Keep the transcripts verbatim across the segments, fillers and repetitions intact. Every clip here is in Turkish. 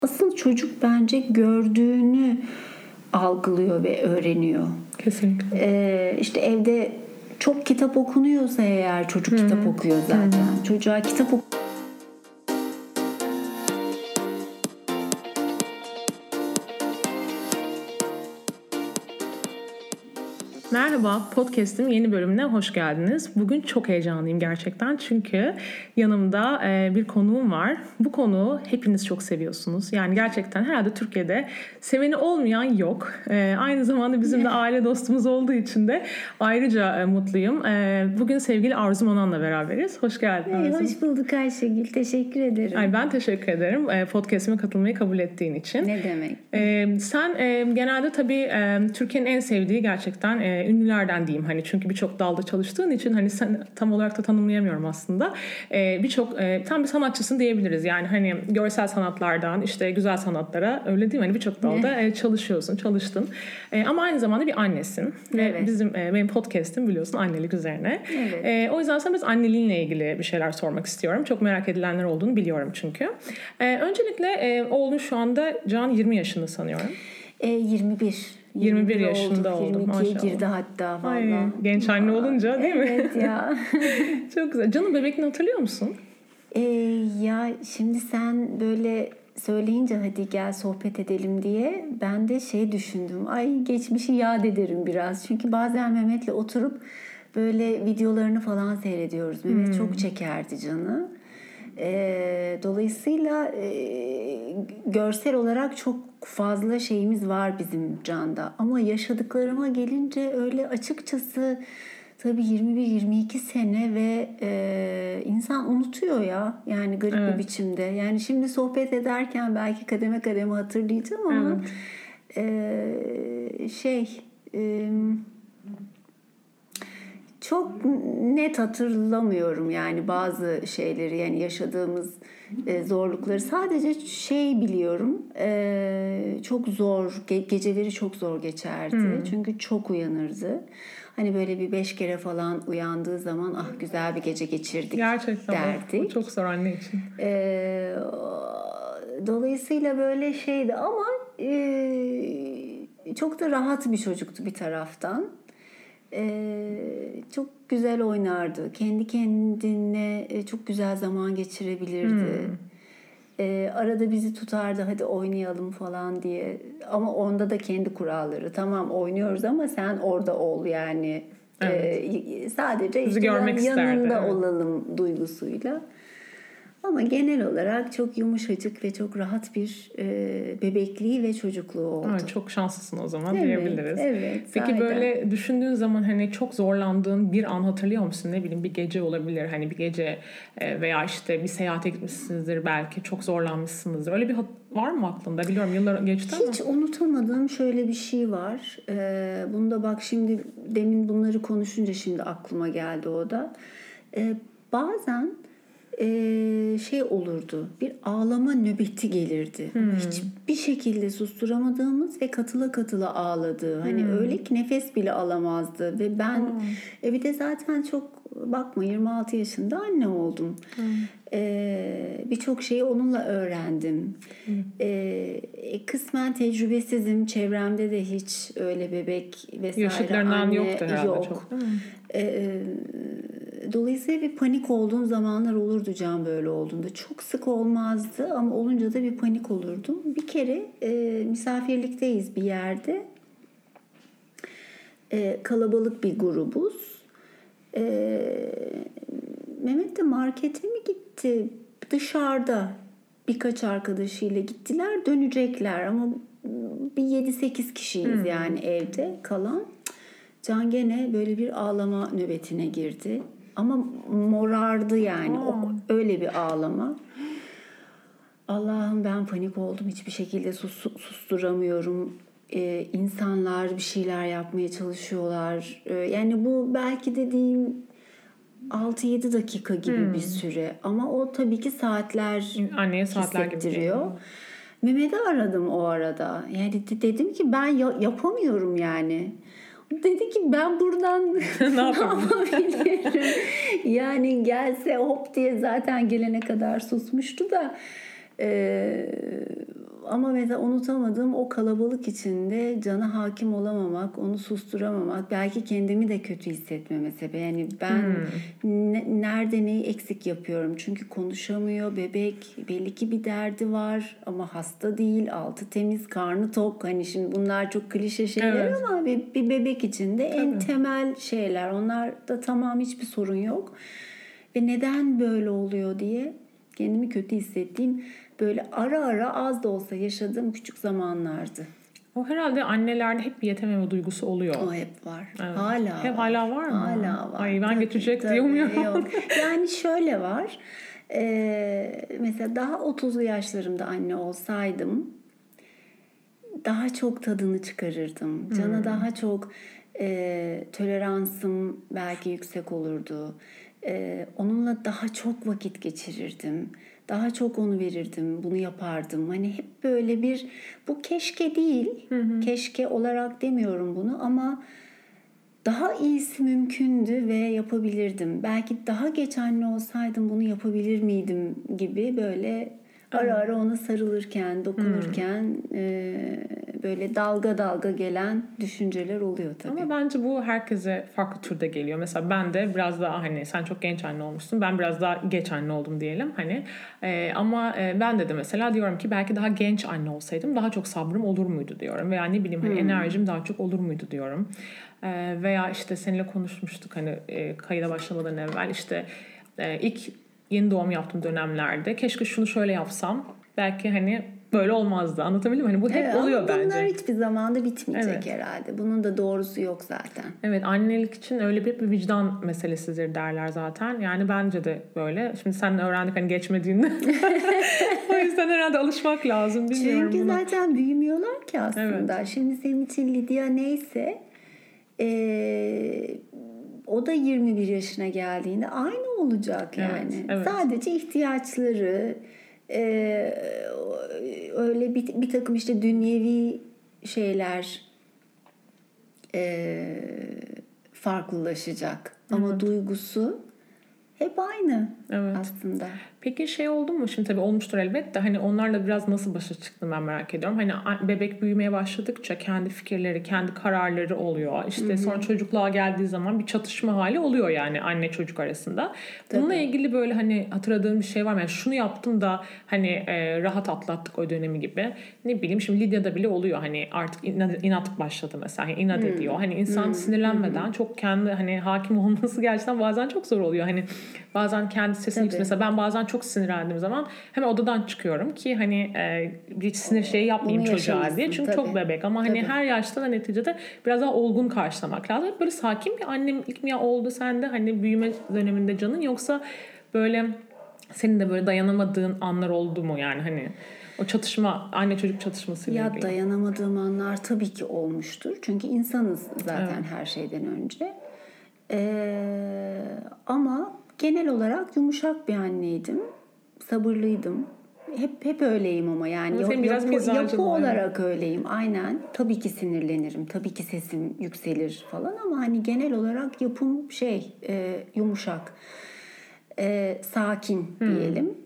Asıl çocuk bence gördüğünü algılıyor ve öğreniyor. Kesinlikle. Ee, işte evde çok kitap okunuyorsa eğer çocuk Hı-hı. kitap okuyor zaten. Hı-hı. Çocuğa kitap ok- Merhaba, podcast'im yeni bölümüne hoş geldiniz. Bugün çok heyecanlıyım gerçekten çünkü yanımda e, bir konuğum var. Bu konuğu hepiniz çok seviyorsunuz. Yani gerçekten herhalde Türkiye'de seveni olmayan yok. E, aynı zamanda bizim de aile dostumuz olduğu için de ayrıca e, mutluyum. E, bugün sevgili Arzu Manan'la beraberiz. Hoş geldin Hey, Arzu. hoş bulduk Ayşegül. Teşekkür ederim. Ay, ben teşekkür ederim e, podcast'ime katılmayı kabul ettiğin için. Ne demek? E, sen e, genelde tabii e, Türkiye'nin en sevdiği gerçekten e, ünlülerden diyeyim, hani çünkü birçok dalda çalıştığın için hani sen tam olarak da tanımlayamıyorum aslında. Ee, birçok e, tam bir sanatçısın diyebiliriz. Yani hani görsel sanatlardan işte güzel sanatlara, öyle değil mi? Hani birçok dalda e, çalışıyorsun, çalıştın. E, ama aynı zamanda bir annesin. Evet. Ve bizim e, benim podcast'im biliyorsun annelik üzerine. Evet. E, o yüzden sana biz anneliğinle ilgili bir şeyler sormak istiyorum. Çok merak edilenler olduğunu biliyorum çünkü. E, öncelikle e, oğlun şu anda Can yirmi yaşında sanıyorum. E, yirmi bir. yirmi bir yaşında oldu. yirmi ikiye maşallah. girdi hatta valla. Ay, genç anne olunca değil mi? Evet ya. Çok güzel. Canım bebekliğini hatırlıyor musun? Ee, ya şimdi sen böyle söyleyince hadi gel sohbet edelim diye ben de şey düşündüm. Ay geçmişi yad ederim biraz. Çünkü bazen Mehmet'le oturup böyle videolarını falan seyrediyoruz. Mehmet hmm. çok çekerdi Can'ı. Ee, dolayısıyla e, görsel olarak çok fazla şeyimiz var bizim Can'da. Ama yaşadıklarıma gelince öyle açıkçası tabii yirmi bir yirmi iki sene ve e, insan unutuyor ya. Yani garip evet. bir biçimde. Yani şimdi sohbet ederken belki kademe kademe hatırlayacağım ama evet. e, şey e, çok net hatırlamıyorum yani bazı şeyleri, yani yaşadığımız e, zorlukları. Sadece şey biliyorum, e, çok zor, ge- geceleri çok zor geçerdi. Hmm. Çünkü çok uyanırdı. Hani böyle bir beş kere falan uyandığı zaman ah güzel bir gece geçirdik gerçekten derdik. O, o çok zor anne için. E, dolayısıyla böyle şeydi ama e, çok da rahat bir çocuktu bir taraftan. Ee, çok güzel oynardı. Kendi kendine çok güzel zaman geçirebilirdi. Hmm. Ee, arada bizi tutardı hadi oynayalım falan diye. Ama onda da kendi kuralları. Tamam oynuyoruz ama sen orada ol yani. Evet. Ee, sadece işte yan, yanında evet. olalım duygusuyla. Ama genel olarak çok yumuşacık ve çok rahat bir e, bebekliği ve çocukluğu oldu. Ha, çok şanslısın o zaman evet, diyebiliriz. Evet. Peki zaten. Böyle düşündüğün zaman hani çok zorlandığın bir an hatırlıyor musun? Ne bileyim bir gece olabilir. Hani bir gece veya işte bir seyahate gitmişsinizdir belki. Çok zorlanmışsınızdır. Öyle bir var mı aklında? Biliyorum yıllar geçti ama. Hiç unutamadığım şöyle bir şey var. Ee, bunu da bak şimdi demin bunları konuşunca şimdi aklıma geldi o da. Ee, bazen Ee, şey olurdu, bir ağlama nöbeti gelirdi. Hmm. Hiçbir şekilde susturamadığımız ve katıla katıla ağladığı. Hmm. Hani öyle ki nefes bile alamazdı ve ben hmm. e bir de zaten çok bakma yirmi altı yaşında anne oldum. Hmm. Ee, birçok şeyi onunla öğrendim. Hmm. Ee, kısmen tecrübesizim. Çevremde de hiç öyle bebek vesaire yaşıtlarından anne yoktu herhalde yok. Çok. Ee, Dolayısıyla bir panik olduğum zamanlar olurdu Can böyle olduğunda. Çok sık olmazdı ama olunca da bir panik olurdum. Bir kere e, misafirlikteyiz bir yerde. E, kalabalık bir grubuz. E, Mehmet de markete mi gitti? Dışarıda birkaç arkadaşıyla gittiler. Dönecekler ama bir yedi sekiz kişiyiz hmm. yani evde kalan. Can gene böyle bir ağlama nöbetine girdi. Ama morardı yani. O, öyle bir ağlama. Allah'ım ben panik oldum. Hiçbir şekilde sus, susturamıyorum. Ee, insanlar bir şeyler yapmaya çalışıyorlar. Ee, yani bu belki dediğim altı yedi dakika gibi hmm. bir süre. Ama o tabii ki saatler anneye saatler hissettiriyor. Gibi. Mehmet'i aradım o arada. Yani de, dedim ki ben ya, yapamıyorum yani. Dedi ki ben buradan ne yapabilirim? Yani gelse hop diye zaten gelene kadar susmuştu da e, ama mesela unutamadığım o kalabalık içinde cana hakim olamamak, onu susturamamak, belki kendimi de kötü hissetmeme sebebi. Yani ben hmm. ne, nerede neyi eksik yapıyorum? Çünkü konuşamıyor bebek, belli ki bir derdi var ama hasta değil, altı temiz, karnı tok. Hani şimdi bunlar çok klişe şeyler evet. ama bir, bir bebek için de en temel şeyler. Onlar da tamam, hiçbir sorun yok. Ve neden böyle oluyor diye kendimi kötü hissettiğim, böyle ara ara az da olsa yaşadığım küçük zamanlardı. O herhalde annelerde hep bir yetememe duygusu oluyor. O hep var. Evet. Hala hep var. hala var mı? Hala var. Ay ben tabii, getirecek tabii, diyor muyum? Yok. Yani şöyle var. Ee, mesela daha otuzlu yaşlarımda anne olsaydım daha çok tadını çıkarırdım. Cana hmm. daha çok e, toleransım belki yüksek olurdu. E, onunla daha çok vakit geçirirdim. Daha çok onu verirdim, bunu yapardım. Hani hep böyle bir, bu keşke değil, hı hı. keşke olarak demiyorum bunu ama daha iyisi mümkündü ve yapabilirdim. Belki daha geç anne olsaydım bunu yapabilir miydim gibi böyle ara ara ona sarılırken, dokunurken hmm. e, böyle dalga dalga gelen düşünceler oluyor tabii. Ama bence bu herkese farklı türde geliyor. Mesela ben de biraz daha hani sen çok genç anne olmuşsun. Ben biraz daha geç anne oldum diyelim. Hani e, ama e, ben de de mesela diyorum ki belki daha genç anne olsaydım daha çok sabrım olur muydu diyorum. Veya ne bileyim hani hmm. enerjim daha çok olur muydu diyorum. E, veya işte seninle konuşmuştuk hani e, kayıda başlamadan evvel işte e, ilk yeni doğum yaptığım dönemlerde keşke şunu şöyle yapsam belki hani böyle olmazdı. Anlatabildim mi? Hani bu hep evet, oluyor bunlar bence. Bunlar hiçbir zamanda bitmeyecek evet. herhalde. Bunun da doğrusu yok zaten. Evet, annelik için öyle bir, bir vicdan meselesidir derler zaten. Yani bence de böyle. Şimdi sen öğrendik hani geçmediğinde. O yüzden herhalde alışmak lazım. Bilmiyorum Çünkü buna. zaten büyümüyorlar ki aslında. Evet. Şimdi senin için Lidya neyse ee, o da yirmi bir yaşına geldiğinde aynı olacak yani. Evet, evet. Sadece ihtiyaçları Ee, öyle bir, bir takım işte dünyevi şeyler e, farklılaşacak. Ama evet. duygusu hep aynı evet. aslında. Peki şey oldu mu? Şimdi tabii olmuştur elbette. Hani onlarla biraz nasıl başa çıktın ben merak ediyorum. Hani bebek büyümeye başladıkça kendi fikirleri, kendi kararları oluyor. İşte Hı-hı. sonra çocukluğa geldiği zaman bir çatışma hali oluyor yani anne çocuk arasında. Bununla tabii. ilgili böyle hani hatırladığın bir şey var mı? Yani şunu yaptım da hani e, rahat atlattık o dönemi gibi. Ne bileyim şimdi Lidya'da bile oluyor. Hani artık inat, inat başladı mesela. Yani inat hmm. ediyor. Hani insan hmm. sinirlenmeden hmm. çok kendi hani hakim olması gerçekten bazen çok zor oluyor. Hani bazen kendi sesini yüksek. Mesela ben bazen çok sinirlendiğim zaman hemen odadan çıkıyorum ki hani e, bir sinir şeyi yapmayayım Bunu çocuğa diye. Çünkü tabii. çok bebek ama hani tabii. her yaşta da neticede biraz daha olgun karşılamak lazım. Böyle sakin bir annelik mi oldu sende hani büyüme döneminde canın yoksa böyle senin de böyle dayanamadığın anlar oldu mu yani hani o çatışma anne çocuk çatışması ya ilgili. Dayanamadığım anlar tabii ki olmuştur. Çünkü insanız zaten evet. her şeyden önce. Ee, ama genel olarak yumuşak bir anneydim. Sabırlıydım. Hep hep öyleyim ama yani ama yapı, yapı, yapı olarak öyleyim. Aynen. Tabii ki sinirlenirim. Tabii ki sesim yükselir falan ama hani genel olarak yapım şey e, yumuşak. E, sakin diyelim. Hmm.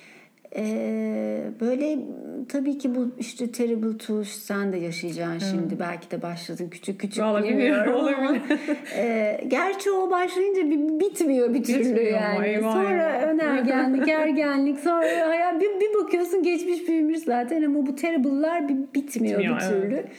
Ee, böyle tabii ki bu işte terrible two sen de yaşayacaksın hmm. şimdi. Belki de başladın küçük küçük bilmiyorum ama e, gerçi o başlayınca bir bitmiyor bir türlü bitmiyor yani. Eyvah, sonra eyvah. önergenlik, ergenlik sonra ya bir, bir bakıyorsun geçmiş büyümüş zaten ama bu terrible'lar bir bitmiyor, bitmiyor bir türlü. Evet.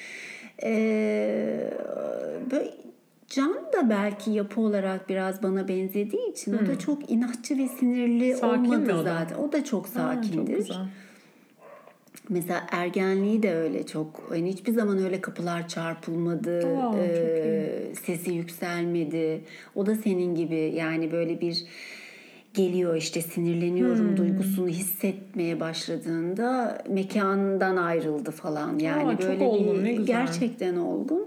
Ee, böyle Can da belki yapı olarak biraz bana benzediği için hmm. o da çok inatçı ve sinirli Sakin olmadı o zaten. O da çok sakindir. Ha, çok mesela ergenliği de öyle çok. Yani hiçbir zaman öyle kapılar çarpılmadı. Aa, ee, sesi yükselmedi. O da senin gibi yani böyle bir geliyor işte sinirleniyorum hmm. duygusunu hissetmeye başladığında mekandan ayrıldı falan. Yani Aa, böyle çok olgun, bir gerçekten olgun.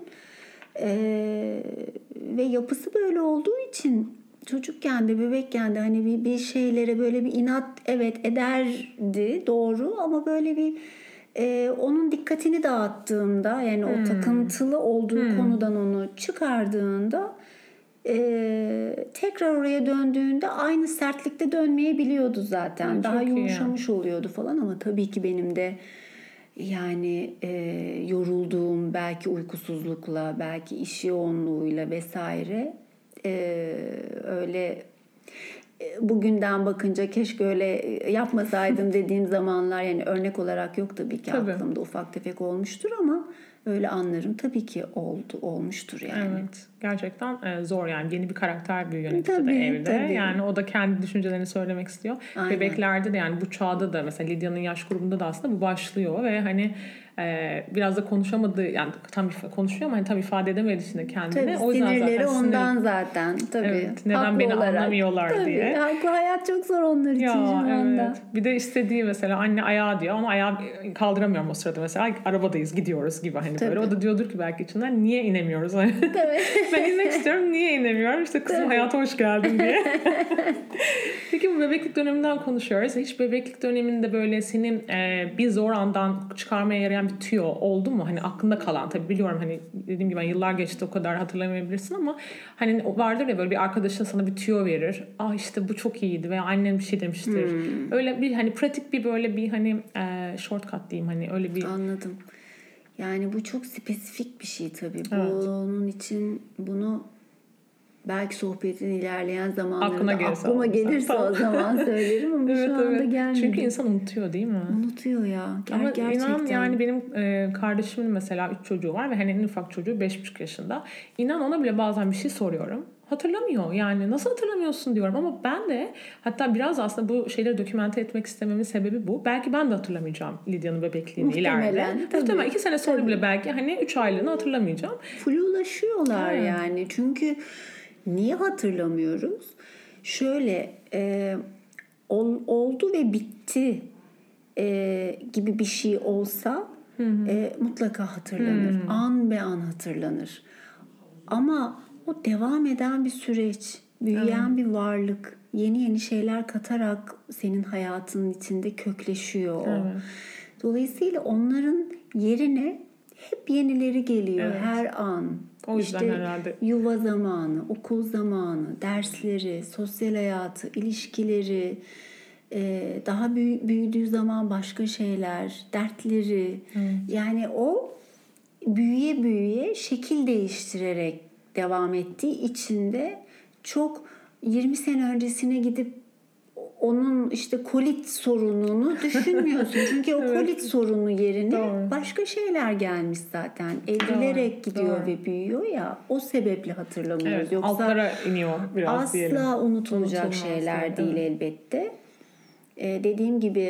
Ee, ve yapısı böyle olduğu için çocukken de bebekken de hani bir, bir şeylere böyle bir inat evet ederdi doğru ama böyle bir e, onun dikkatini dağıttığımda yani hmm. o takıntılı olduğu hmm. konudan onu çıkardığında e, tekrar oraya döndüğünde aynı sertlikte dönmeyebiliyordu zaten. Hmm, Daha yumuşamış iyi. oluyordu falan ama tabii ki benim de Yani e, yorulduğum, belki uykusuzlukla, belki iş yoğunluğuyla vesaire e, öyle e, bugünden bakınca keşke öyle yapmasaydım dediğim zamanlar, yani örnek olarak yok tabii ki, Tabii. aklımda ufak tefek olmuştur ama öyle anlarım tabii ki oldu, olmuştur yani. Evet. Gerçekten e, zor yani. Yeni bir karakter büyüyor neticede Tabii, evde. tabii. Yani o da kendi düşüncelerini söylemek istiyor. Aynen. Bebeklerde de yani bu çağda da mesela Lidya'nın yaş grubunda da aslında bu başlıyor ve hani e, biraz da konuşamadığı, yani tam if- konuşuyor ama hani tam ifade edemediği için de kendini. Tabii, O yüzden sinirleri zaten ondan sinir... zaten tabii. Evet, neden Haklı beni olarak. anlamıyorlar Tabii, diye. haklı, hayat çok zor onlar için Ya şu anda. evet. Bir de istediği mesela anne ayağı diyor ama ayağı kaldıramıyorum o sırada mesela. Arabadayız, gidiyoruz gibi hani Tabii. böyle. O da diyordur ki belki içinden niye inemiyoruz? Tabii. Ben inmek istiyorum, niye inemiyorum? İşte kızım Tabii. hayata hoş geldin diye. Peki bu bebeklik döneminden konuşuyoruz. Hiç bebeklik döneminde böyle senin e, bir zor andan çıkarmaya yarayan bir tüyo oldu mu? Hani aklında kalan, tabii biliyorum hani dediğim gibi yıllar geçti, o kadar hatırlamayabilirsin ama hani vardır ya böyle bir arkadaşın sana bir tüyo verir. Ah işte bu çok iyiydi veya annem bir şey demiştir. Hmm. Öyle bir hani pratik bir böyle bir hani e, shortcut diyeyim, hani öyle bir. Anladım. Yani bu çok spesifik bir şey tabii. Evet. Bunun için bunu belki sohbetin ilerleyen zamanlarında gelirse aklıma gelirse tamam. o zaman söylerim ama evet, şu anda evet. gelmedi. Çünkü insan unutuyor değil mi? Unutuyor ya. Ger- Ama gerçekten. inan yani benim e, kardeşimin mesela üç çocuğu var ve hani en ufak çocuğu beş buçuk yaşında. İnan ona bile bazen bir şey soruyorum. Hatırlamıyor. Yani nasıl hatırlamıyorsun diyorum ama ben de hatta biraz aslında bu şeyleri dokümente etmek istememin sebebi bu. Belki ben de hatırlamayacağım Lidya'nın bebekliğini Muhtemelen, ileride. tabii. Muhtemelen iki sene sonra Tabii. bile belki hani üç aylığını hatırlamayacağım. Flulaşıyorlar Evet. yani. Çünkü niye hatırlamıyoruz? Şöyle e, ol, oldu ve bitti e, gibi bir şey olsa e, mutlaka hatırlanır. Hı hı. An be an hatırlanır. Ama o devam eden bir süreç, büyüyen evet. bir varlık, yeni yeni şeyler katarak senin hayatının içinde kökleşiyor o. Evet. Dolayısıyla onların yerine hep yenileri geliyor evet. her an. O yüzden işte herhalde. Yuva zamanı, okul zamanı, dersleri, sosyal hayatı, ilişkileri, daha büyüdüğü zaman başka şeyler, dertleri. Evet. Yani o büyüye büyüye şekil değiştirerek devam ettiği için de çok yirmi sene öncesine gidip onun işte kolit sorununu düşünmüyorsun. Çünkü o evet. kolit sorunu yerine doğru. başka şeyler gelmiş zaten. Evrilerek doğru. gidiyor doğru. ve büyüyor ya. O sebeple hatırlamıyoruz. Evet, yoksa altlara iniyor biraz asla diyelim. Asla unutulacak Unutulmaz şeyler evet. değil elbette. Ee, dediğim gibi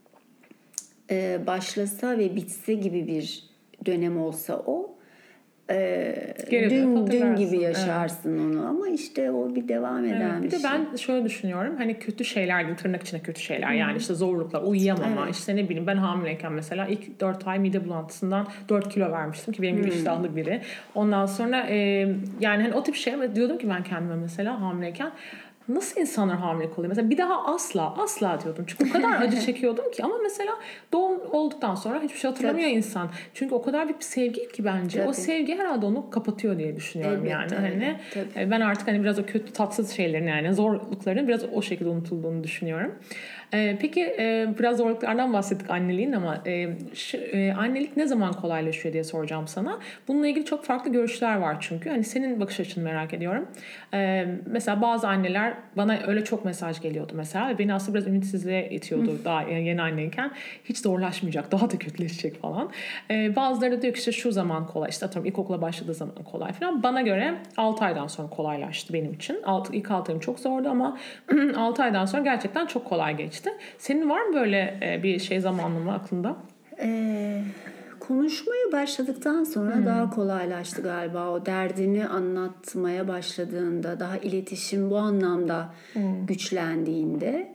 e, başlasa ve bitse gibi bir dönem olsa o e, dün, dün gibi yaşarsın evet. onu ama işte o bir devam eden evet, bir bir de şey. Ben şöyle düşünüyorum hani kötü şeyler gibi, tırnak içinde kötü şeyler hmm. yani işte zorluklar, uyuyamama evet. işte ne bileyim ben hamileyken mesela ilk dört ay mide bulantısından dört kilo vermiştim ki benim gibi hmm. iştahlı biri. Ondan sonra e, yani hani o tip şeyler diyordum ki ben kendime mesela hamileyken nasıl insanlar hamile oluyor? Mesela bir daha asla asla diyordum. Çünkü o kadar acı çekiyordum ki ama mesela doğum olduktan sonra hiçbir şey hatırlamıyor Tabii. insan. Çünkü o kadar büyük bir sevgi ki bence. Tabii. O sevgi herhalde onu kapatıyor diye düşünüyorum Elbette, yani. Hani Tabii. ben artık hani biraz o kötü tatsız şeylerin yani zorlukların biraz o şekilde unutulduğunu düşünüyorum. Ee, peki e, biraz zorluklardan bahsettik anneliğin ama e, şu, e, annelik ne zaman kolaylaşıyor diye soracağım sana. Bununla ilgili çok farklı görüşler var çünkü. Hani senin bakış açını merak ediyorum. Ee, mesela bazı anneler bana öyle çok mesaj geliyordu mesela ve beni aslında biraz ümitsizliğe itiyordu daha yeni anneyken. Hiç zorlaşmayacak, daha da kötüleşecek falan. Ee, bazıları da diyor ki işte şu zaman kolay, işte atıyorum ilkokula başladığı zaman kolay falan. Bana göre altı aydan sonra kolaylaştı benim için. Altı, ilk altı ayım çok zordu ama altı aydan sonra gerçekten çok kolay geçti. Senin var mı böyle bir şey zamanlama aklında? Eee... Konuşmaya başladıktan sonra hmm. daha kolaylaştı galiba. O derdini anlatmaya başladığında, daha iletişim bu anlamda hmm. güçlendiğinde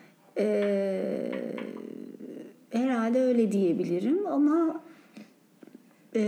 e, herhalde öyle diyebilirim ama e,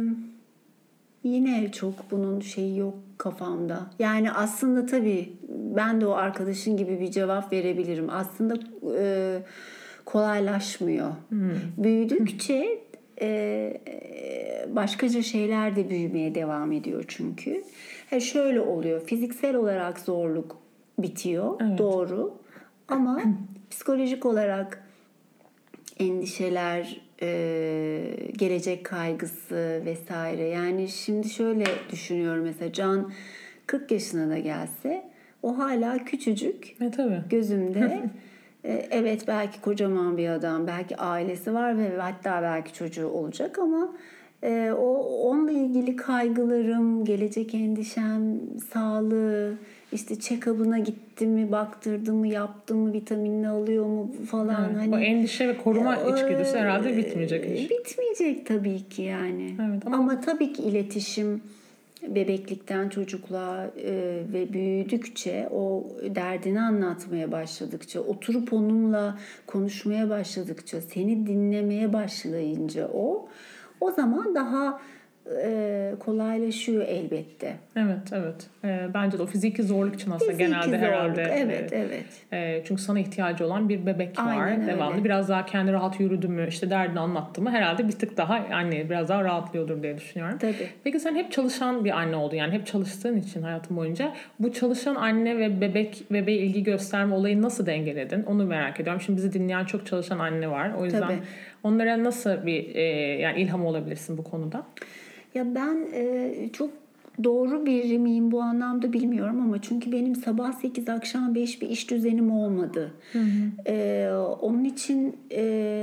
yine çok bunun şeyi yok kafamda. Yani aslında tabii ben de o arkadaşın gibi bir cevap verebilirim. Aslında e, kolaylaşmıyor. Hmm. Büyüdükçe Ee, başkaca şeyler de büyümeye devam ediyor çünkü. Yani şöyle oluyor. Fiziksel olarak zorluk bitiyor. Evet. Doğru. Ama psikolojik olarak endişeler, e, gelecek kaygısı vesaire. Yani şimdi şöyle düşünüyorum, mesela Can kırk yaşına da gelse o hala küçücük e, tabii. gözümde. e, evet, belki kocaman bir adam, belki ailesi var ve hatta belki çocuğu olacak ama e, o onunla ilgili kaygılarım, gelecek endişem, sağlığı, işte check-up'ına gitti mi, baktırdı mı, yaptı mı, vitaminini alıyor mu falan. Evet, hani o endişe ve koruma e, içgüdüsü herhalde bitmeyecek iş. Bitmeyecek tabii ki yani. Evet, ama... ama tabii ki iletişim bebeklikten çocukluğa e, ve büyüdükçe, o derdini anlatmaya başladıkça, oturup onunla konuşmaya başladıkça, seni dinlemeye başlayınca o o zaman daha e, kolaylaşıyor elbette. Evet, evet. E, bence de o fiziki zorluk için aslında Fiziki genelde zorluk, herhalde. evet, e, evet. E, çünkü sana ihtiyacı olan bir bebek var. Aynen Devamlı öyle. biraz daha kendi rahat yürüdü mü, işte derdini anlattı mı herhalde bir tık daha anne biraz daha rahatlıyordur diye düşünüyorum. Tabii. Peki sen hep çalışan bir anne oldun, yani hep çalıştığın için hayatın boyunca bu çalışan anne ve bebek bebeğe ilgi gösterme olayını nasıl dengeledin? Onu merak ediyorum. Şimdi bizi dinleyen çok çalışan anne var. O yüzden Tabii. onlara nasıl bir e, yani ilham olabilirsin bu konuda? Ya ben e, çok doğru biri miyim bu anlamda bilmiyorum ama çünkü benim sabah sekiz akşam beş bir iş düzenim olmadı. Hı hı. E, onun için e,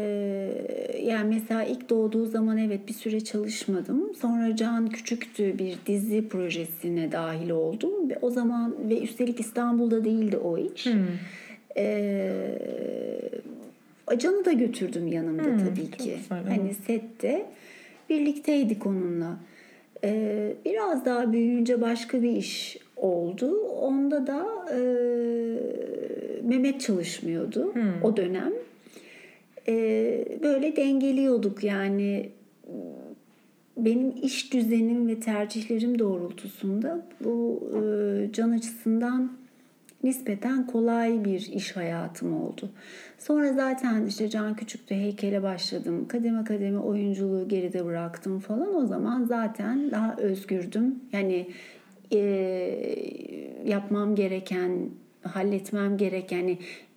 yani mesela ilk doğduğu zaman evet bir süre çalışmadım. Sonra Can küçüktü, bir dizi projesine dahil oldum ve o zaman ve üstelik İstanbul'da değildi o iş. Hı. E, Can'ı da götürdüm yanımda Hı, tabii ki. Güzel, hani evet. sette birlikteydik onunla. Ee, biraz daha büyüyünce başka bir iş oldu. Onda da e, Mehmet çalışmıyordu hmm. o dönem. Ee, böyle dengeliyorduk yani. Benim iş düzenim ve tercihlerim doğrultusunda bu e, Can açısından nispeten kolay bir iş hayatım oldu. Sonra zaten işte Can küçüktü, heykele başladım. Kademe kademe oyunculuğu geride bıraktım falan. O zaman zaten daha özgürdüm. Yani e, yapmam gereken, halletmem gereken, yani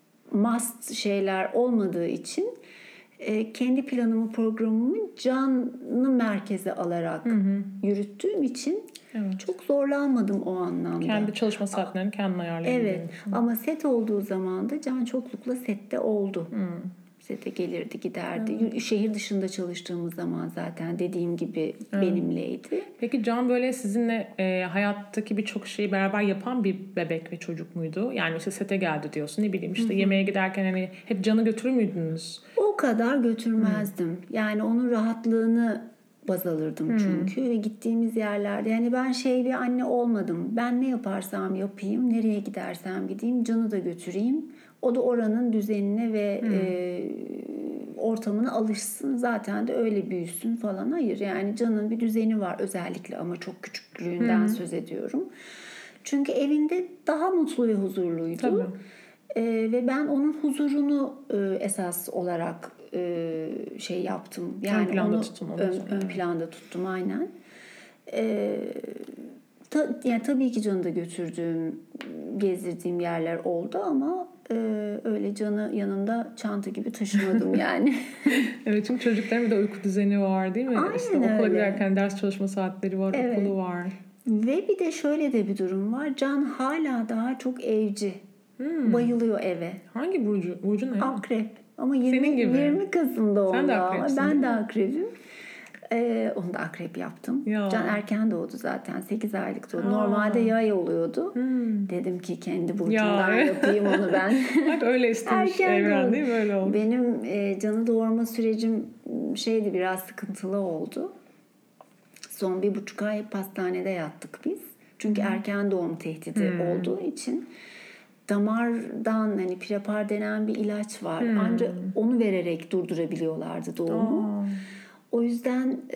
must şeyler olmadığı için e, kendi planımı, programımı Can'ı merkeze alarak hı hı. yürüttüğüm için evet. çok zorlanmadım o anlamda. Kendi çalışma saatlerini kendin ayarlayabiliyorsun. Evet, ama set olduğu zaman da Can çoklukla sette oldu. Hmm. Sete gelirdi, giderdi. Evet. Şehir dışında çalıştığımız zaman zaten dediğim gibi evet. benimleydi. Peki Can böyle sizinle e, hayattaki birçok şeyi beraber yapan bir bebek ve çocuk muydu? Yani işte sete geldi diyorsun, ne bileyim işte Hı-hı. yemeğe giderken hani hep Can'ı götürür müydünüz? O kadar götürmezdim. Hı. Yani onun rahatlığını baz alırdım hmm. çünkü ve gittiğimiz yerlerde yani ben şey bir anne olmadım. Ben ne yaparsam yapayım, nereye gidersem gideyim, Can'ı da götüreyim. O da oranın düzenine ve hmm. e, ortamına alışsın. Zaten de öyle büyüsün falan. Hayır, yani Can'ın bir düzeni var özellikle, ama çok küçüklüğünden hmm. söz ediyorum. Çünkü evinde daha mutlu ve huzurluydu. Tabii. E, ve ben onun huzurunu e, esas olarak e, şey yaptım. Yani ön planda onu tuttum, onu ön, ön planda tuttum aynen. E, ta, yani tabii ki Can'ı da götürdüğüm, gezdirdiğim yerler oldu ama e, öyle Can'ı yanımda çanta gibi taşımadım yani. Evet, çünkü çocukların bir de uyku düzeni var değil mi? Aynen işte öyle. Okula giderken ders çalışma saatleri var, evet. okulu var. Ve bir de şöyle de bir durum var. Can hala daha çok evci. Hmm. Bayılıyor eve. Hangi burcu? Burcu ne? Akrep. Ama yirmi, yirmi Kasım'da onda. Sen de akrepsin. Ben de akrebim. Ee, onu da akrep yaptım. Ya. Can erken doğdu zaten. sekiz aylık doğdu. Aa. Normalde yay oluyordu. Hmm. Dedim ki kendi burcumdan ya. yapayım onu ben. Bak öyle istemiş evren değil mi? Öyle oldu. Benim e, Can'ı doğurma sürecim şeydi, biraz sıkıntılı oldu. Son bir buçuk ay hastanede yattık biz. Çünkü hmm. erken doğum tehdidi hmm. olduğu için. Damardan hani Prepar denen bir ilaç var. Hmm. Ancak onu vererek durdurabiliyorlardı doğumu. Aa. O yüzden e,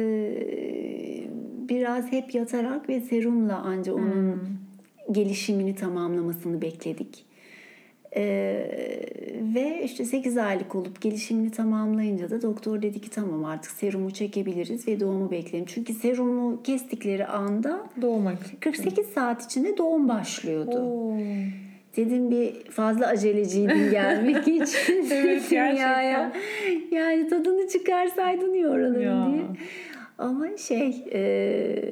biraz hep yatarak ve serumla ancak onun hmm. gelişimini tamamlamasını bekledik. E, ve işte sekiz aylık olup gelişimini tamamlayınca da doktor dedi ki tamam, artık serumu çekebiliriz ve doğumu bekleyelim. Çünkü serumu kestikleri anda doğmak kırk sekiz saat içinde doğum başlıyordu. Oo. Dedim bir fazla aceleciydim gelmek için Evet, dünyaya. Yani tadını çıkarsaydın ya oraların Ya. diye. Ama şey e,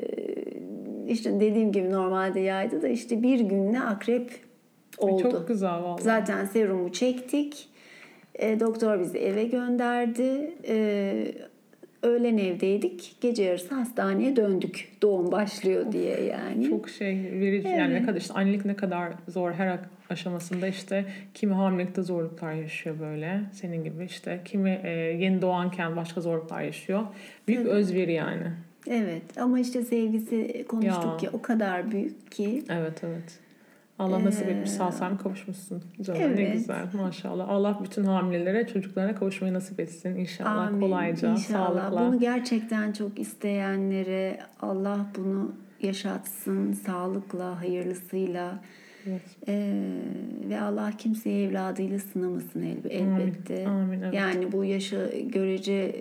işte dediğim gibi normalde yaydı da işte bir günle akrep oldu. Çok güzel vallahi. Zaten serumu çektik. E, doktor bizi eve gönderdi. E, öğlen evdeydik. Gece yarısı hastaneye döndük. Doğum başlıyor diye yani. Çok şey verici Evet. yani ne kadar işte annelik ne kadar zor her aşamasında işte kimi hamilelikte zorluklar yaşıyor böyle senin gibi işte kimi e, yeni doğanken başka zorluklar yaşıyor. Büyük Tabii. bir özveri yani. Evet ama işte sevgisi konuştuk ya, ya o kadar büyük ki. Evet evet. Allah nasip etmiş, sağ salim kavuşmuşsun. Canım evet. Ne güzel maşallah. Allah bütün hamilelere, çocuklarına kavuşmayı nasip etsin inşallah. Amin. Kolayca, İnşallah. sağlıkla. Bunu gerçekten çok isteyenlere Allah bunu yaşatsın sağlıkla, hayırlısıyla. Evet. Ee, ve Allah kimseyi evladıyla sınamasın elbette. Amin. Amin, evet. Yani bu yaşa görece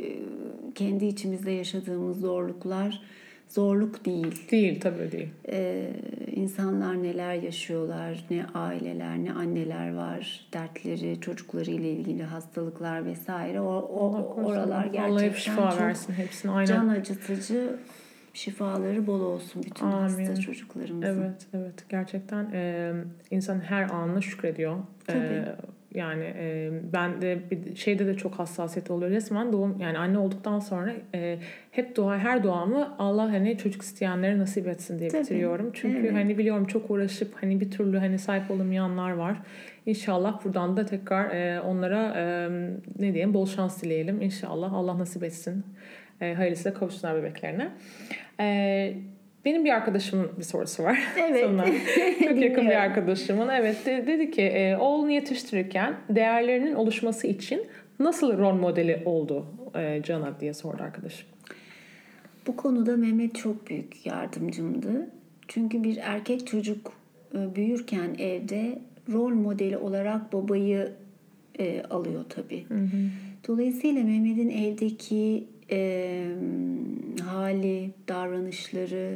kendi içimizde yaşadığımız zorluklar zorluk değil. Değil tabii değil. Ee, insanlar neler yaşıyorlar, ne aileler, ne anneler var, dertleri, çocuklarıyla ilgili hastalıklar vesaire. O, o oralar gerçekten Allah hep şifa çok versin hepsine. Aynen. Can acıtıcı. Şifaları bol olsun bütün Amin. hasta çocuklarımızın. Evet, evet. Gerçekten e, insan her anına şükrediyor. Tabii. E, yani e, ben de bir şeyde de çok hassasiyet oluyor. Resmen doğum yani anne olduktan sonra e, hep dua her duamı Allah hani çocuk isteyenlere nasip etsin diye Tabii. bitiriyorum. Çünkü Evet. hani biliyorum çok uğraşıp hani bir türlü hani sahip olamayanlar var. İnşallah buradan da tekrar e, onlara e, ne diyeyim bol şans dileyelim. İnşallah Allah nasip etsin. E, hayırlısıyla kavuşsunlar bebeklerine. E, Benim bir arkadaşımın bir sorusu var. Evet. Sana. Çok yakın bir arkadaşımın. Evet de, dedi ki e, oğlunu yetiştirirken değerlerinin oluşması için nasıl rol modeli oldu e, Can'a diye sordu arkadaşım. Bu konuda Mehmet çok büyük yardımcımdı. Çünkü bir erkek çocuk e, büyürken evde rol modeli olarak babayı e, alıyor tabii. Hı hı. Dolayısıyla Mehmet'in evdeki e, hali, davranışları,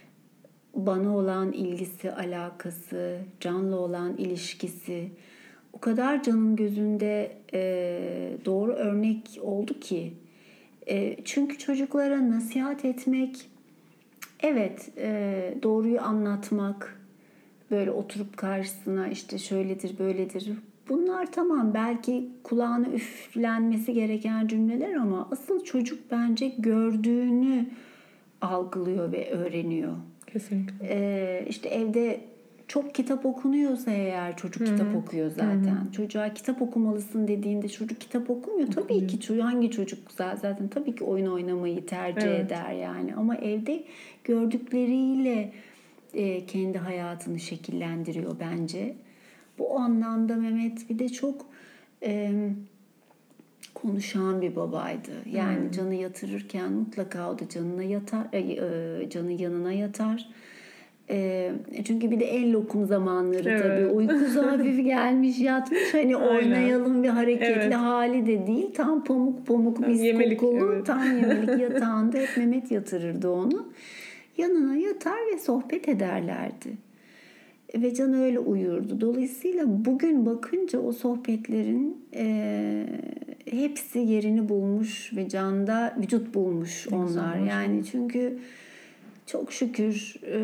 bana olan ilgisi, alakası, Can'la olan ilişkisi o kadar Can'ın gözünde e, doğru örnek oldu ki. E, çünkü çocuklara nasihat etmek, evet e, doğruyu anlatmak, böyle oturup karşısına işte şöyledir böyledir. Bunlar tamam belki kulağına üflenmesi gereken cümleler ama asıl çocuk bence gördüğünü algılıyor ve öğreniyor. Kesinlikle. Ee, işte evde çok kitap okunuyorsa eğer çocuk Hı-hı. kitap okuyor zaten. Hı-hı. Çocuğa kitap okumalısın dediğinde çocuk kitap okumuyor. Okumuyor. Tabii ki çocuğu hangi çocuk zaten tabii ki oyun oynamayı tercih evet. eder yani. Ama evde gördükleriyle e, kendi hayatını şekillendiriyor bence. Bu anlamda Mehmet bir de çok e, konuşan bir babaydı. Yani hmm. Can'ı yatırırken mutlaka o da canına yatar, e, Can'ın yanına yatar. E, çünkü bir de en lokum zamanları evet. tabii. Uykusu hafif gelmiş yatmış. Hani aynen. Oynayalım bir hareketli evet. hali de değil. Tam pamuk pamuk mis yemelik, kokulu. Evet. Tam yemelik yatağında hep Mehmet yatırırdı onu. Yanına yatar ve sohbet ederlerdi. Ve Can öyle uyurdu. Dolayısıyla bugün bakınca o sohbetlerin e, hepsi yerini bulmuş ve Can'da vücut bulmuş ne onlar. Yani çünkü çok şükür e,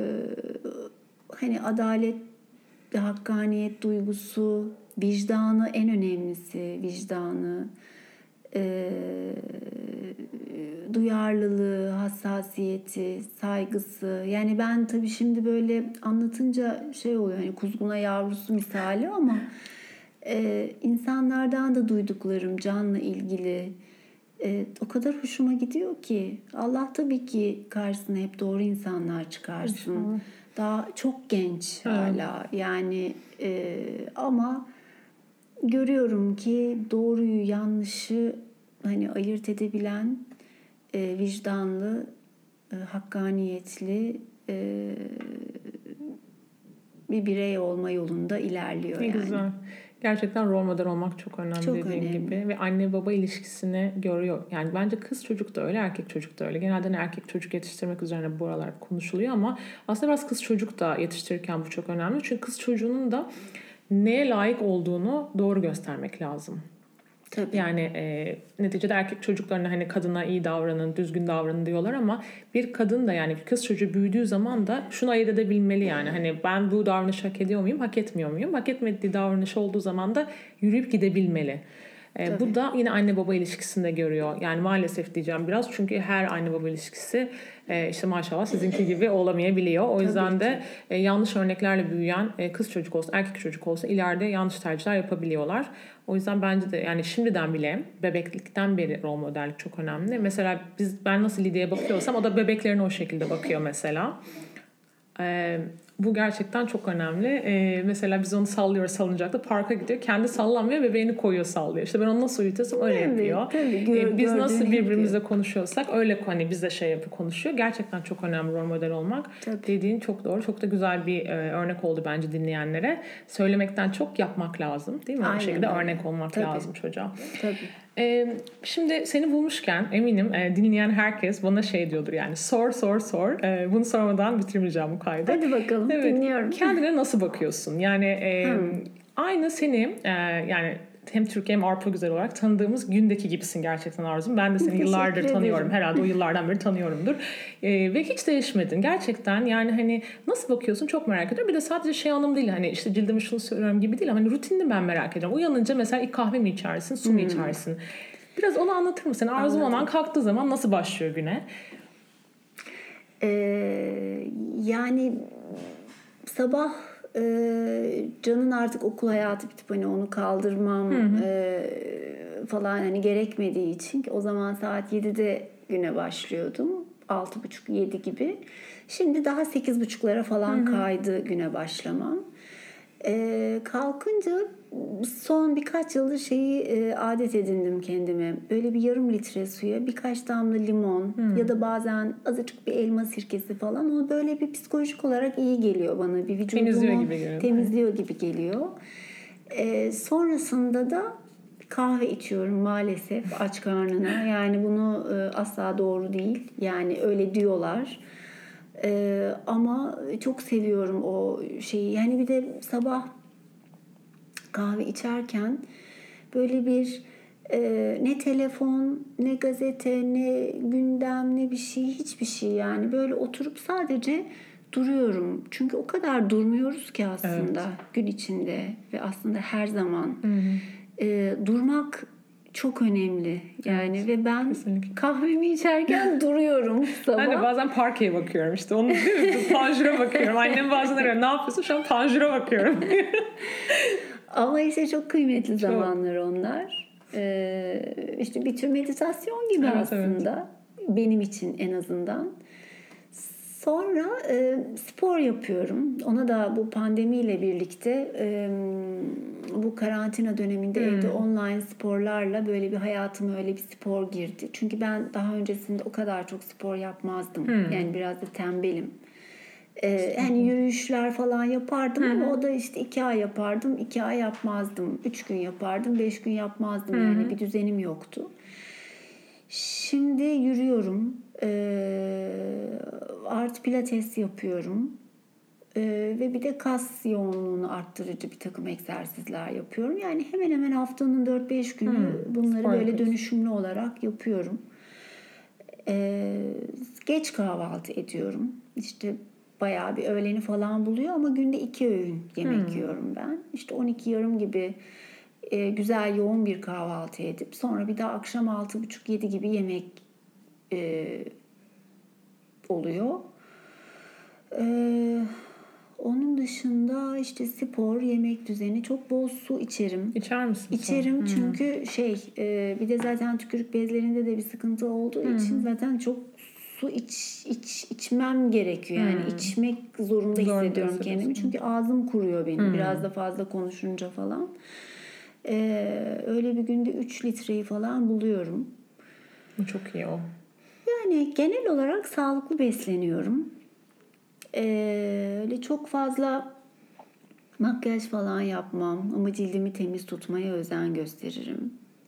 hani adalet, hakkaniyet duygusu, vicdanı en önemlisi, vicdanı, e, duyarlılığı, hassasiyeti, saygısı. Yani ben tabii şimdi böyle anlatınca şey oluyor hani kuzguna yavrusu misali ama e, insanlardan da duyduklarım Can'la ilgili e, o kadar hoşuma gidiyor ki Allah tabii ki karşısına hep doğru insanlar çıkarsın. İnşallah. Daha çok genç evet. hala yani e, ama görüyorum ki doğruyu yanlışı hani ayırt edebilen e, vicdanlı, e, hakkaniyetli e, bir birey olma yolunda ilerliyor ne yani. Güzel. Gerçekten rol model olmak çok önemli Çok dediğin önemli. gibi. Ve anne baba ilişkisini görüyor. Yani bence kız çocuk da öyle, erkek çocuk da öyle. Genelde hani erkek çocuk yetiştirmek üzerine bu aralar konuşuluyor ama aslında biraz kız çocuk da yetiştirirken bu çok önemli. Çünkü kız çocuğunun da neye layık olduğunu doğru göstermek lazım. Tabii. Yani e, neticede erkek çocuklarına hani kadına iyi davranın, düzgün davranın diyorlar ama bir kadın da yani bir kız çocuğu büyüdüğü zaman da şunu ayırt edebilmeli yani. Hani ben bu davranışı hak ediyor muyum, hak etmiyor muyum? Hak etmediği davranış olduğu zaman da yürüyüp gidebilmeli. E, bu da yine anne baba ilişkisinde görüyor. Yani maalesef diyeceğim biraz çünkü her anne baba ilişkisi e, işte maşallah sizinki gibi olamayabiliyor. O yüzden de e, yanlış örneklerle büyüyen e, kız çocuk olsa, erkek çocuk olsa ileride yanlış tercihler yapabiliyorlar. O yüzden bence de yani şimdiden bile bebeklikten beri rol modellik çok önemli. Mesela biz ben nasıl Lidya'ya bakıyorsam o da bebeklerine o şekilde bakıyor mesela. Ee, bu gerçekten çok önemli. Ee, mesela biz onu sallıyoruz salıncakta, parka gidiyor. Kendi sallanmıyor, bebeğini koyuyor sallıyor. İşte ben onu nasıl uyutuyorsam öyle Evet, yapıyor. tabii, gör, Ee, biz nasıl birbirimizle yapıyor. konuşuyorsak öyle hani biz de şey yapıyor, konuşuyor. Gerçekten çok önemli rol model olmak. Tabii. Dediğin çok doğru. Çok da güzel bir e, örnek oldu bence dinleyenlere. Söylemekten çok yapmak lazım, değil mi? Aynen o şekilde öyle. Örnek olmak Tabii. lazım çocuğa. Tabii. Ee, şimdi seni bulmuşken eminim e, dinleyen herkes bana şey diyordur yani sor sor sor. E, bunu sormadan bitirmeyeceğim bu kaydı. Hadi bakalım, evet, dinliyorum. Kendine nasıl bakıyorsun? Yani e, Hmm. aynı seni e, yani hem Türkiye hem Avrupa Güzel olarak tanıdığımız gündeki gibisin gerçekten Arzum. Ben de seni Teşekkür yıllardır ederim. tanıyorum. Herhalde o yıllardan beri tanıyorumdur. E, ve hiç değişmedin. Gerçekten yani hani nasıl bakıyorsun çok merak ediyorum. Bir de sadece şey anlamı değil hani işte cildime şunu söylüyorum gibi değil. Hani rutinini ben merak ediyorum. Uyanınca mesela ilk kahve mi içersin, su mu Hmm. içersin? Biraz onu anlatır mısın? Arzum olan kalktığı zaman nasıl başlıyor güne? Ee, yani sabah e, Can'ın artık okul hayatı bitip hani onu kaldırmam Hı hı. E, falan hani gerekmediği için ki o zaman saat yedide güne başlıyordum. altı buçuk yedi gibi. Şimdi daha sekiz buçuklara falan hı hı. kaydı güne başlamam. Ee, kalkınca son birkaç yıldır şeyi e, adet edindim kendime. Böyle bir yarım litre suya birkaç damla limon hmm. ya da bazen azıcık bir elma sirkesi falan. O böyle bir psikolojik olarak iyi geliyor bana. Bir vücudumu temizliyor gibi geliyor. Temizliyor gibi geliyor. Ee, sonrasında da kahve içiyorum maalesef aç karnına. Yani bunu e, asla doğru değil. Yani öyle diyorlar. Ee, ama çok seviyorum o şeyi. Yani bir de sabah kahve içerken böyle bir e, ne telefon, ne gazete, ne gündem, ne bir şey, hiçbir şey yani. Böyle oturup sadece duruyorum. Çünkü o kadar durmuyoruz ki aslında evet. gün içinde ve aslında her zaman. Hı hı. E, durmak çok önemli yani evet, ve ben kesinlikle. Kahvemi içerken duruyorum sabah. Ben de bazen parkeye bakıyorum işte onu değil mi? Panjura bakıyorum. Annem bazen arıyor ne yapıyorsun? Şu an panjura bakıyorum. Ama işte çok kıymetli çok. zamanlar onlar. Ee, işte bir tür meditasyon gibi evet, aslında. Evet. Benim için en azından. Sonra e, spor yapıyorum. Ona da bu pandemiyle birlikte e, bu karantina döneminde hmm. evde online sporlarla böyle bir hayatıma öyle bir spor girdi. Çünkü ben daha öncesinde o kadar çok spor yapmazdım. Hmm. Yani biraz da tembelim. Ee, hani yürüyüşler falan yapardım Hı-hı. ama o da işte iki ay yapardım, iki ay yapmazdım. Üç gün yapardım, beş gün yapmazdım. Hı-hı. Yani bir düzenim yoktu. Şimdi yürüyorum. Ee, art pilates yapıyorum. Ee, ve bir de kas yoğunluğunu arttırıcı bir takım egzersizler yapıyorum. Yani hemen hemen haftanın dört beş günü hmm, bunları böyle yapıyorsun. Dönüşümlü olarak yapıyorum. Ee, geç kahvaltı ediyorum. İşte bayağı bir öğleni falan buluyor ama günde iki öğün yemek hmm. yiyorum ben. İşte on iki yarım gibi e, güzel yoğun bir kahvaltı edip sonra bir daha akşam altı buçuk yedi gibi yemek e, oluyor. Ee, onun dışında işte spor, yemek düzeni, çok bol su içerim. İçer misin? İçerim hmm. çünkü şey e, bir de zaten tükürük bezlerinde de bir sıkıntı olduğu hmm. için zaten çok su iç, iç içmem gerekiyor. Yani hmm. içmek zorunda Zor hissediyorum kendimi. Çünkü ağzım kuruyor benim. Hmm. Biraz da fazla konuşunca falan. Ee, öyle bir günde üç litreyi falan buluyorum. Bu çok iyi o. Yani genel olarak sağlıklı besleniyorum. Ee, öyle çok fazla Makyaj falan yapmam ama cildimi temiz tutmaya özen gösteririm.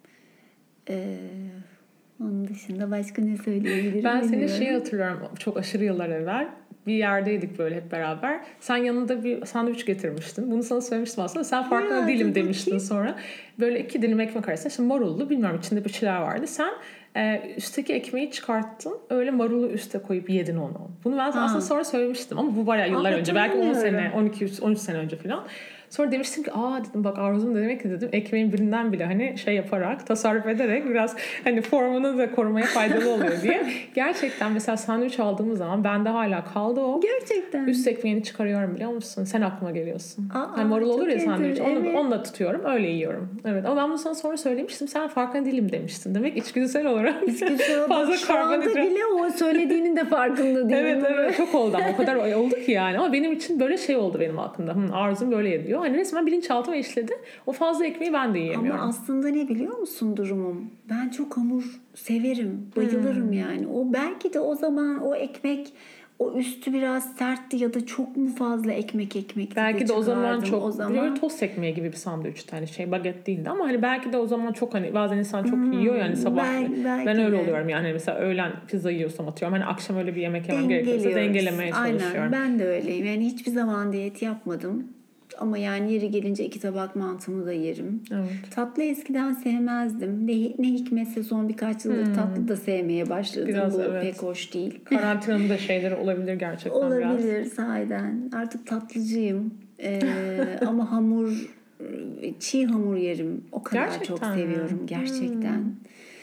Ee, onun dışında başka ne söyleyebilirim Ben seni bilmiyorum. şeyi hatırlıyorum çok aşırı yıllar evvel. Bir yerdeydik böyle hep beraber. Sen yanında bir sandviç getirmiştin. Bunu sana söylemiştim aslında. Sen farkında Ya, değilim dur demiştin bakayım. sonra. Böyle iki dilim ekmek arasında işte marullu bilmiyorum içinde bir şeyler vardı. Sen e, üstteki ekmeği çıkarttın. Öyle marulu üste koyup yedin onu. Bunu ben Ha. aslında sonra söylemiştim ama bu bayağı yıllar Aa, önce. Belki on sene, hatırlamıyorum. on iki on üç sene önce falan. Sonra demiştim ki aa dedim bak Arzum da demek ki dedim ekmeğin birinden bile hani şey yaparak tasarruf ederek biraz hani formunu da korumaya faydalı oluyor diye. Gerçekten mesela sandviç aldığımız zaman bende hala kaldı o. Gerçekten. Üst ekmeğini çıkarıyorum biliyor musun? Sen aklıma geliyorsun. Aa, hani marul olur çok ya sandviç. enteresan, Onu, evet. onu da tutuyorum. Öyle yiyorum. Evet. Ama ben bunu sana sonra söylemiştim. Sen farkında değilim demiştin. Demek içgüdüsel olarak İçgüdüsel fazla bak, şu anda karbonhidrat. bile o söylediğinin de farkında değilim. Evet evet çok oldu ama o kadar oldu ki yani. Ama benim için böyle şey oldu benim aklımda. Hı, Arzum böyle ediyor. Hani resmen bilinçaltıma işledi. O fazla ekmeği ben de yiyemiyorum. Ama aslında ne biliyor musun durumum? Ben çok hamur severim. Bayılırım Hmm. yani. O belki de o zaman o ekmek o üstü biraz sertti ya da çok mu fazla ekmek ekmek Belki de o zaman çok o zaman böyle tost ekmeği gibi bir sandviç tane şey baget değildi ama hani belki de o zaman çok hani bazen insan çok Hmm, yiyor yani sabah belki, belki ben öyle de. oluyorum yani mesela öğlen pizza yiyorsam atıyorum hani akşam öyle bir yemek yemem gerekiyorsa Dengeliyoruz. dengelemeye çalışıyorum. Aynen, ben de öyleyim. Yani hiçbir zaman diyet yapmadım. Ama yani yeri gelince iki tabak mantımı da yerim. Evet. Tatlı eskiden sevmezdim. Ne, ne hikmetse son birkaç yıldır hmm. tatlı da sevmeye başladım. Biraz, Bu evet. pek hoş değil. Karantinanın da şeyleri olabilir gerçekten olabilir, biraz. Olabilir sahiden. Artık tatlıcıyım. Ee, ama hamur, çiğ hamur yerim. O kadar Gerçekten çok mi? seviyorum gerçekten. Hmm.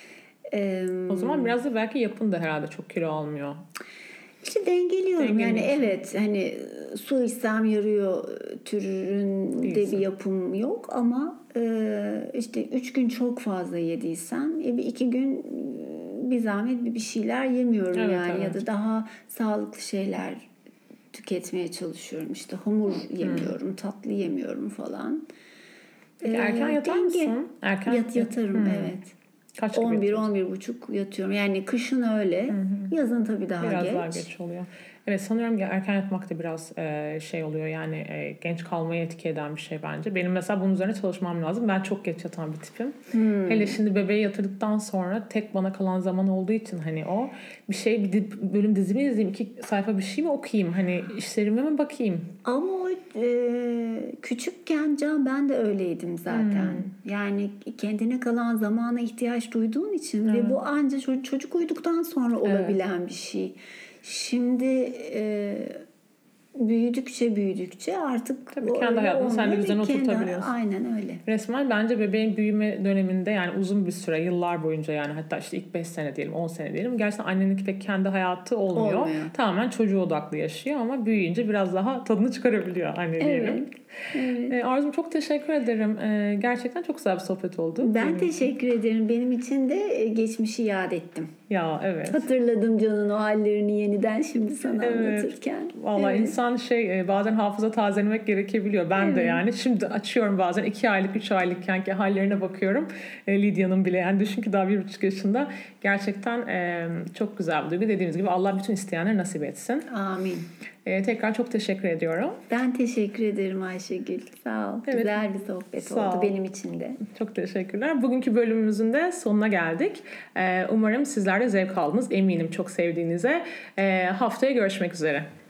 Ee, o zaman biraz da belki yapın da herhalde çok kilo almıyor. İşte dengeliyorum yani evet hani su içsem yarıyor türünde bir yapım yok ama işte üç gün çok fazla yediysem bir iki gün bir zahmet bir şeyler yemiyorum evet, yani evet. Ya da daha sağlıklı şeyler tüketmeye çalışıyorum işte hamur yemiyorum hmm. tatlı yemiyorum falan. Peki erken ee, yatar denge. mısın? Erken Yat, yatarım hmm. evet. Kaç on bir on bir buçuk yatıyorum. Yani kışın öyle. Hı hı. Yazın tabii daha biraz geç. Biraz daha geç oluyor. Evet sanıyorum ki erken yatmak da biraz e, şey oluyor yani e, genç kalmaya etki eden bir şey bence. Benim mesela bunun üzerine çalışmam lazım. Ben çok geç yatan bir tipim. Hmm. Hele şimdi bebeği yatırdıktan sonra tek bana kalan zaman olduğu için hani o bir şey bir bölüm dizimi izleyeyim iki sayfa bir şey mi okuyayım hani işlerime mi bakayım? Ama o e, küçükken Can ben de öyleydim zaten. Hmm. Yani kendine kalan zamana ihtiyaç duyduğun için evet. Ve bu ancak çocuk uyuduktan sonra olabilen evet. Bir şey. Şimdi e, büyüdükçe büyüdükçe artık tabii kendi hayatını sen de düzene oturtabiliyorsun. Aynen öyle. Resmen bence bebeğin büyüme döneminde yani uzun bir süre yıllar boyunca yani hatta işte ilk beş sene diyelim on sene diyelim gerçekten annenin pek kendi hayatı olmuyor. olmuyor. Tamamen çocuğu odaklı yaşıyor ama büyüyünce biraz daha tadını çıkarabiliyor anne evet. diyelim. Evet. Ee, Arzum çok teşekkür ederim. Ee, gerçekten çok güzel bir sohbet oldu. Ben benim teşekkür için. ederim. Benim için de geçmişi yad ettim. Ya evet. Hatırladım Can'ın o hallerini yeniden şimdi sana evet. anlatırken. Vallahi evet. insan şey bazen hafıza tazelemek gerekebiliyor. Ben evet. de yani şimdi açıyorum bazen iki aylık üç aylıkken ki hallerine bakıyorum. E, Lidya'nın bile yani düşün ki daha bir buçuk yaşında. Gerçekten e, çok güzel bir duygu. Dediğimiz gibi Allah bütün isteyenleri nasip etsin. Amin. E, tekrar çok teşekkür ediyorum. Ben teşekkür ederim Ayşegül. Sağ ol. Evet. Güzel bir sohbet Sağ oldu ol. benim için de. Çok teşekkürler. Bugünkü bölümümüzün de sonuna geldik. E, umarım sizler de zevk aldınız. Eminim çok sevdiğinize. E, haftaya görüşmek üzere.